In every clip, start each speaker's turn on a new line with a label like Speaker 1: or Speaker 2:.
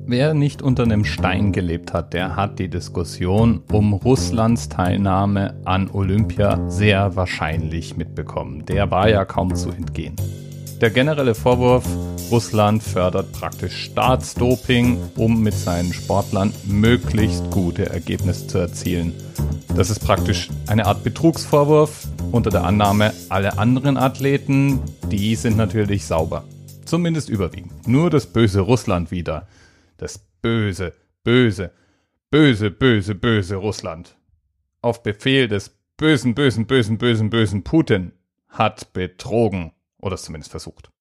Speaker 1: Wer nicht unter einem Stein gelebt hat, der hat die Diskussion um Russlands Teilnahme an Olympia sehr wahrscheinlich mitbekommen. Der war ja kaum zu entgehen. Der generelle Vorwurf, Russland fördert praktisch Staatsdoping, um mit seinen Sportlern möglichst gute Ergebnisse zu erzielen. Das ist praktisch eine Art Betrugsvorwurf unter der Annahme, alle anderen Athleten, die sind natürlich sauber. Zumindest überwiegend. Nur das böse Russland wieder. Das böse, böse, böse, böse, böse Russland. Auf Befehl des bösen, bösen, bösen, bösen, bösen Putin hat betrogen. Oder es zumindest versucht.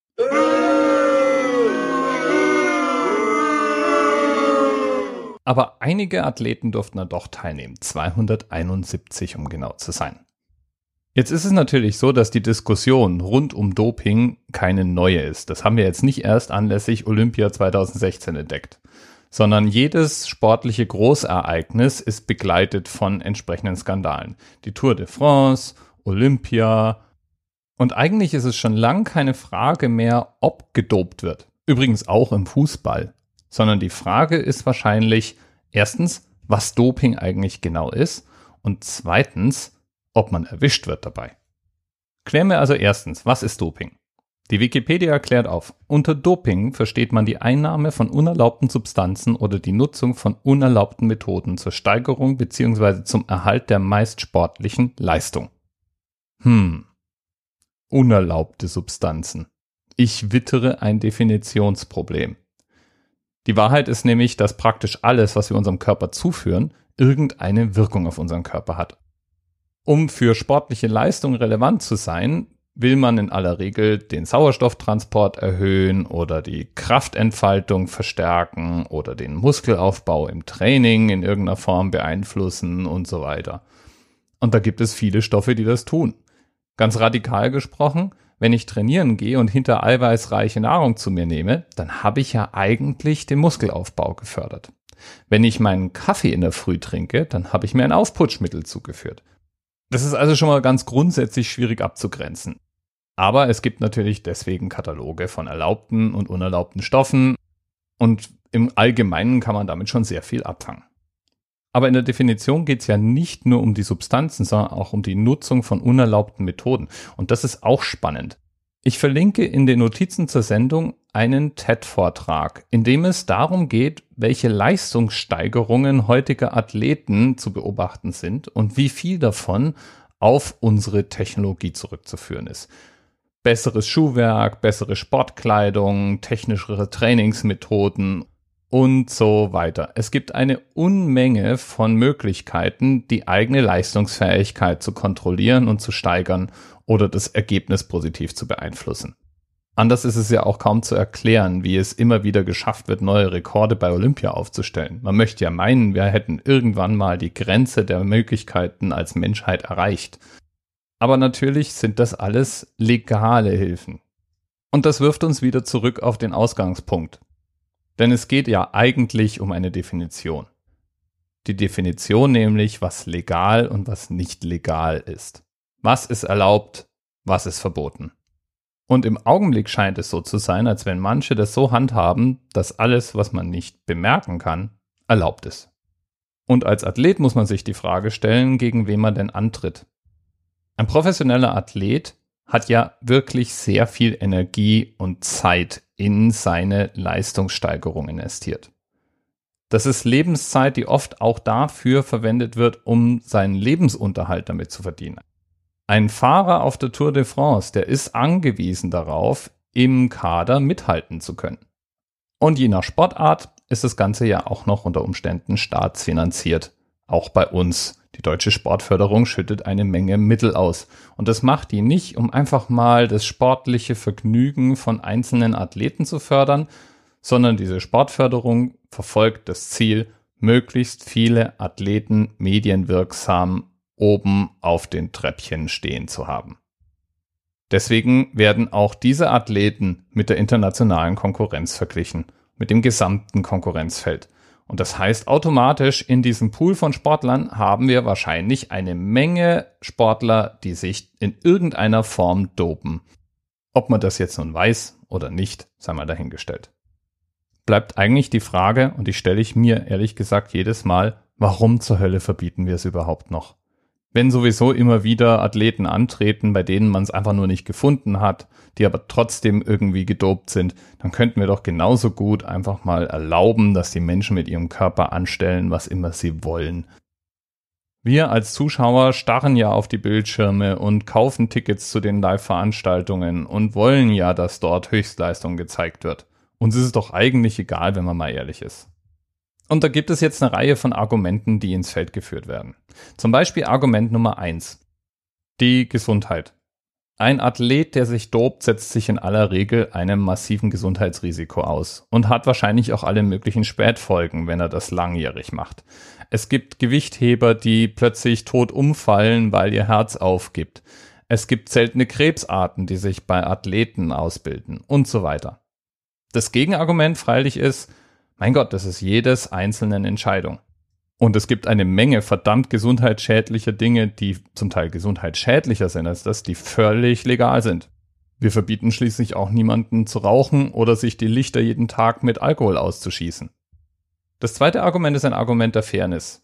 Speaker 1: Aber einige Athleten durften dann doch teilnehmen. 271, um genau zu sein. Jetzt ist es natürlich so, dass die Diskussion rund um Doping keine neue ist. Das haben wir jetzt nicht erst anlässlich Olympia 2016 entdeckt, sondern jedes sportliche Großereignis ist begleitet von entsprechenden Skandalen. Die Tour de France, Olympia. Und eigentlich ist es schon lang keine Frage mehr, ob gedopt wird. Übrigens auch im Fußball. Sondern die Frage ist wahrscheinlich erstens, was Doping eigentlich genau ist und zweitens, ob man erwischt wird dabei. Klären wir also erstens, was ist Doping? Die Wikipedia klärt auf. Unter Doping versteht man die Einnahme von unerlaubten Substanzen oder die Nutzung von unerlaubten Methoden zur Steigerung bzw. zum Erhalt der meist sportlichen Leistung. Unerlaubte Substanzen. Ich wittere ein Definitionsproblem. Die Wahrheit ist nämlich, dass praktisch alles, was wir unserem Körper zuführen, irgendeine Wirkung auf unseren Körper hat. Um für sportliche Leistung relevant zu sein, will man in aller Regel den Sauerstofftransport erhöhen oder die Kraftentfaltung verstärken oder den Muskelaufbau im Training in irgendeiner Form beeinflussen und so weiter. Und da gibt es viele Stoffe, die das tun. Ganz radikal gesprochen, wenn ich trainieren gehe und hinter eiweißreiche Nahrung zu mir nehme, dann habe ich ja eigentlich den Muskelaufbau gefördert. Wenn ich meinen Kaffee in der Früh trinke, dann habe ich mir ein Aufputschmittel zugeführt. Das ist also schon mal ganz grundsätzlich schwierig abzugrenzen. Aber es gibt natürlich deswegen Kataloge von erlaubten und unerlaubten Stoffen und im Allgemeinen kann man damit schon sehr viel abfangen. Aber in der Definition geht es ja nicht nur um die Substanzen, sondern auch um die Nutzung von unerlaubten Methoden. Und das ist auch spannend. Ich verlinke in den Notizen zur Sendung einen TED-Vortrag, in dem es darum geht, welche Leistungssteigerungen heutiger Athleten zu beobachten sind und wie viel davon auf unsere Technologie zurückzuführen ist. Besseres Schuhwerk, bessere Sportkleidung, technischere Trainingsmethoden und so weiter. Es gibt eine Unmenge von Möglichkeiten, die eigene Leistungsfähigkeit zu kontrollieren und zu steigern oder das Ergebnis positiv zu beeinflussen. Anders ist es ja auch kaum zu erklären, wie es immer wieder geschafft wird, neue Rekorde bei Olympia aufzustellen. Man möchte ja meinen, wir hätten irgendwann mal die Grenze der Möglichkeiten als Menschheit erreicht. Aber natürlich sind das alles legale Hilfen. Und das wirft uns wieder zurück auf den Ausgangspunkt. Denn es geht ja eigentlich um eine Definition. Die Definition nämlich, was legal und was nicht legal ist. Was ist erlaubt, was ist verboten. Und im Augenblick scheint es so zu sein, als wenn manche das so handhaben, dass alles, was man nicht bemerken kann, erlaubt ist. Und als Athlet muss man sich die Frage stellen, gegen wen man denn antritt. Ein professioneller Athlet hat ja wirklich sehr viel Energie und Zeit in seine Leistungssteigerung investiert. Das ist Lebenszeit, die oft auch dafür verwendet wird, um seinen Lebensunterhalt damit zu verdienen. Ein Fahrer auf der Tour de France, der ist angewiesen darauf, im Kader mithalten zu können. Und je nach Sportart ist das Ganze ja auch noch unter Umständen staatsfinanziert. Auch bei uns. Die deutsche Sportförderung schüttet eine Menge Mittel aus. Und das macht die nicht, um einfach mal das sportliche Vergnügen von einzelnen Athleten zu fördern, sondern diese Sportförderung verfolgt das Ziel, möglichst viele Athleten medienwirksam oben auf den Treppchen stehen zu haben. Deswegen werden auch diese Athleten mit der internationalen Konkurrenz verglichen, mit dem gesamten Konkurrenzfeld. Und das heißt automatisch, in diesem Pool von Sportlern haben wir wahrscheinlich eine Menge Sportler, die sich in irgendeiner Form dopen. Ob man das jetzt nun weiß oder nicht, sei mal dahingestellt. bleibt eigentlich die Frage, und die stelle ich mir ehrlich gesagt jedes Mal, warum zur Hölle verbieten wir es überhaupt noch? Wenn sowieso immer wieder Athleten antreten, bei denen man es einfach nur nicht gefunden hat, die aber trotzdem irgendwie gedopt sind, dann könnten wir doch genauso gut einfach mal erlauben, dass die Menschen mit ihrem Körper anstellen, was immer sie wollen. Wir als Zuschauer starren ja auf die Bildschirme und kaufen Tickets zu den Live-Veranstaltungen und wollen ja, dass dort Höchstleistung gezeigt wird. Uns ist es doch eigentlich egal, wenn man mal ehrlich ist. Und da gibt es jetzt eine Reihe von Argumenten, die ins Feld geführt werden. Zum Beispiel Argument Nummer 1. Die Gesundheit. Ein Athlet, der sich dopt, setzt sich in aller Regel einem massiven Gesundheitsrisiko aus und hat wahrscheinlich auch alle möglichen Spätfolgen, wenn er das langjährig macht. Es gibt Gewichtheber, die plötzlich tot umfallen, weil ihr Herz aufgibt. Es gibt seltene Krebsarten, die sich bei Athleten ausbilden und so weiter. Das Gegenargument freilich ist, mein Gott, das ist jedes einzelnen Entscheidung. Und es gibt eine Menge verdammt gesundheitsschädlicher Dinge, die zum Teil gesundheitsschädlicher sind als das, die völlig legal sind. Wir verbieten schließlich auch niemanden zu rauchen oder sich die Lichter jeden Tag mit Alkohol auszuschießen. Das zweite Argument ist ein Argument der Fairness.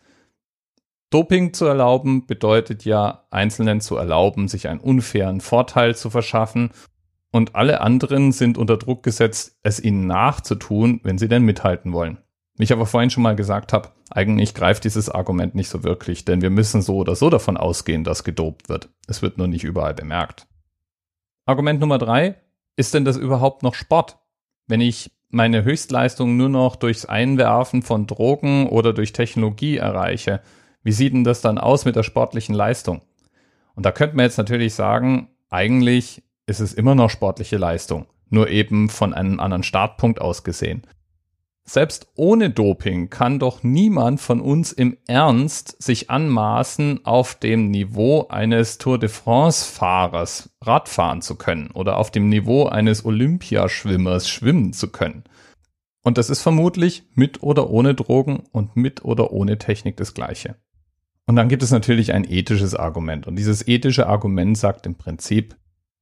Speaker 1: Doping zu erlauben bedeutet ja, Einzelnen zu erlauben, sich einen unfairen Vorteil zu verschaffen, und alle anderen sind unter Druck gesetzt, es ihnen nachzutun, wenn sie denn mithalten wollen. Wie ich aber vorhin schon mal gesagt habe, eigentlich greift dieses Argument nicht so wirklich, denn wir müssen so oder so davon ausgehen, dass gedopt wird. Es wird nur nicht überall bemerkt. Argument Nummer 3, ist denn das überhaupt noch Sport? Wenn ich meine Höchstleistung nur noch durchs Einwerfen von Drogen oder durch Technologie erreiche, wie sieht denn das dann aus mit der sportlichen Leistung? Und da könnte man jetzt natürlich sagen, eigentlich ist es immer noch sportliche Leistung, nur eben von einem anderen Startpunkt aus gesehen. Selbst ohne Doping kann doch niemand von uns im Ernst sich anmaßen, auf dem Niveau eines Tour de France-Fahrers Radfahren zu können oder auf dem Niveau eines Olympiaschwimmers schwimmen zu können. Und das ist vermutlich mit oder ohne Drogen und mit oder ohne Technik das Gleiche. Und dann gibt es natürlich ein ethisches Argument. Und dieses ethische Argument sagt im Prinzip,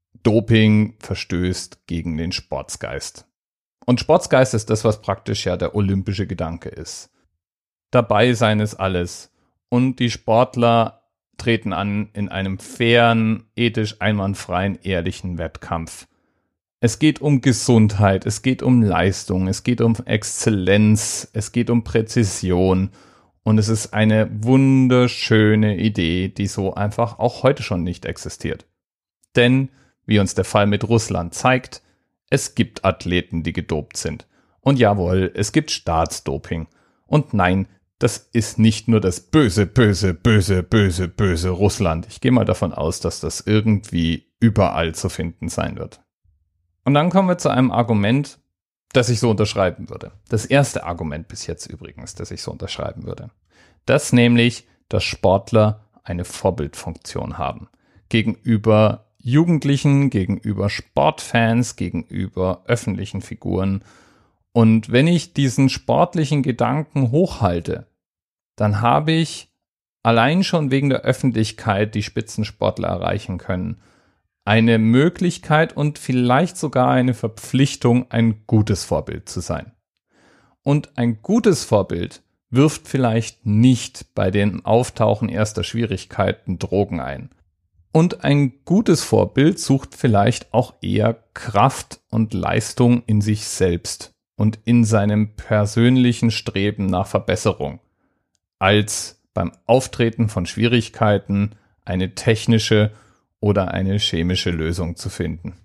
Speaker 1: Doping verstößt gegen den Sportsgeist. Und Sportsgeist ist das, was praktisch ja der olympische Gedanke ist. Dabei sein ist alles. Und die Sportler treten an in einem fairen, ethisch einwandfreien, ehrlichen Wettkampf. Es geht um Gesundheit, es geht um Leistung, es geht um Exzellenz, es geht um Präzision. Und es ist eine wunderschöne Idee, die so einfach auch heute schon nicht existiert. Denn, wie uns der Fall mit Russland zeigt, es gibt Athleten, die gedopt sind. Und jawohl, es gibt Staatsdoping. Und nein, das ist nicht nur das böse, böse, böse, böse, böse Russland. Ich gehe mal davon aus, dass das irgendwie überall zu finden sein wird. Und dann kommen wir zu einem Argument, das ich so unterschreiben würde. Das erste Argument bis jetzt übrigens, das ich so unterschreiben würde. Das nämlich, dass Sportler eine Vorbildfunktion haben. Gegenüber Jugendlichen, gegenüber Sportfans, gegenüber öffentlichen Figuren. Und wenn ich diesen sportlichen Gedanken hochhalte, dann habe ich allein schon wegen der Öffentlichkeit, die Spitzensportler erreichen können, eine Möglichkeit und vielleicht sogar eine Verpflichtung, ein gutes Vorbild zu sein. Und ein gutes Vorbild wirft vielleicht nicht bei dem Auftauchen erster Schwierigkeiten Drogen ein. Und ein gutes Vorbild sucht vielleicht auch eher Kraft und Leistung in sich selbst und in seinem persönlichen Streben nach Verbesserung, als beim Auftreten von Schwierigkeiten eine technische oder eine chemische Lösung zu finden.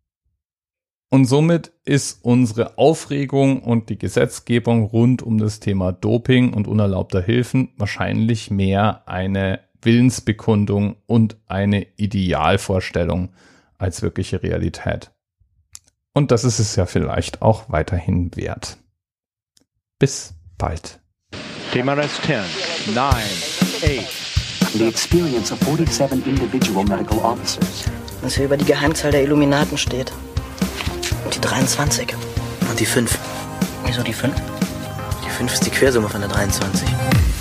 Speaker 1: Und somit ist unsere Aufregung und die Gesetzgebung rund um das Thema Doping und unerlaubter Hilfen wahrscheinlich mehr eine Willensbekundung und eine Idealvorstellung als wirkliche Realität. Und das ist es ja vielleicht auch weiterhin wert. Bis bald.
Speaker 2: TMRS 10, 9, 8.
Speaker 3: The experience of 47 individual medical officers.
Speaker 4: Was hier über die Geheimzahl der Illuminaten steht. Und die 23.
Speaker 5: Und die 5.
Speaker 4: Wieso die 5?
Speaker 5: Die 5 ist die Quersumme von der 23.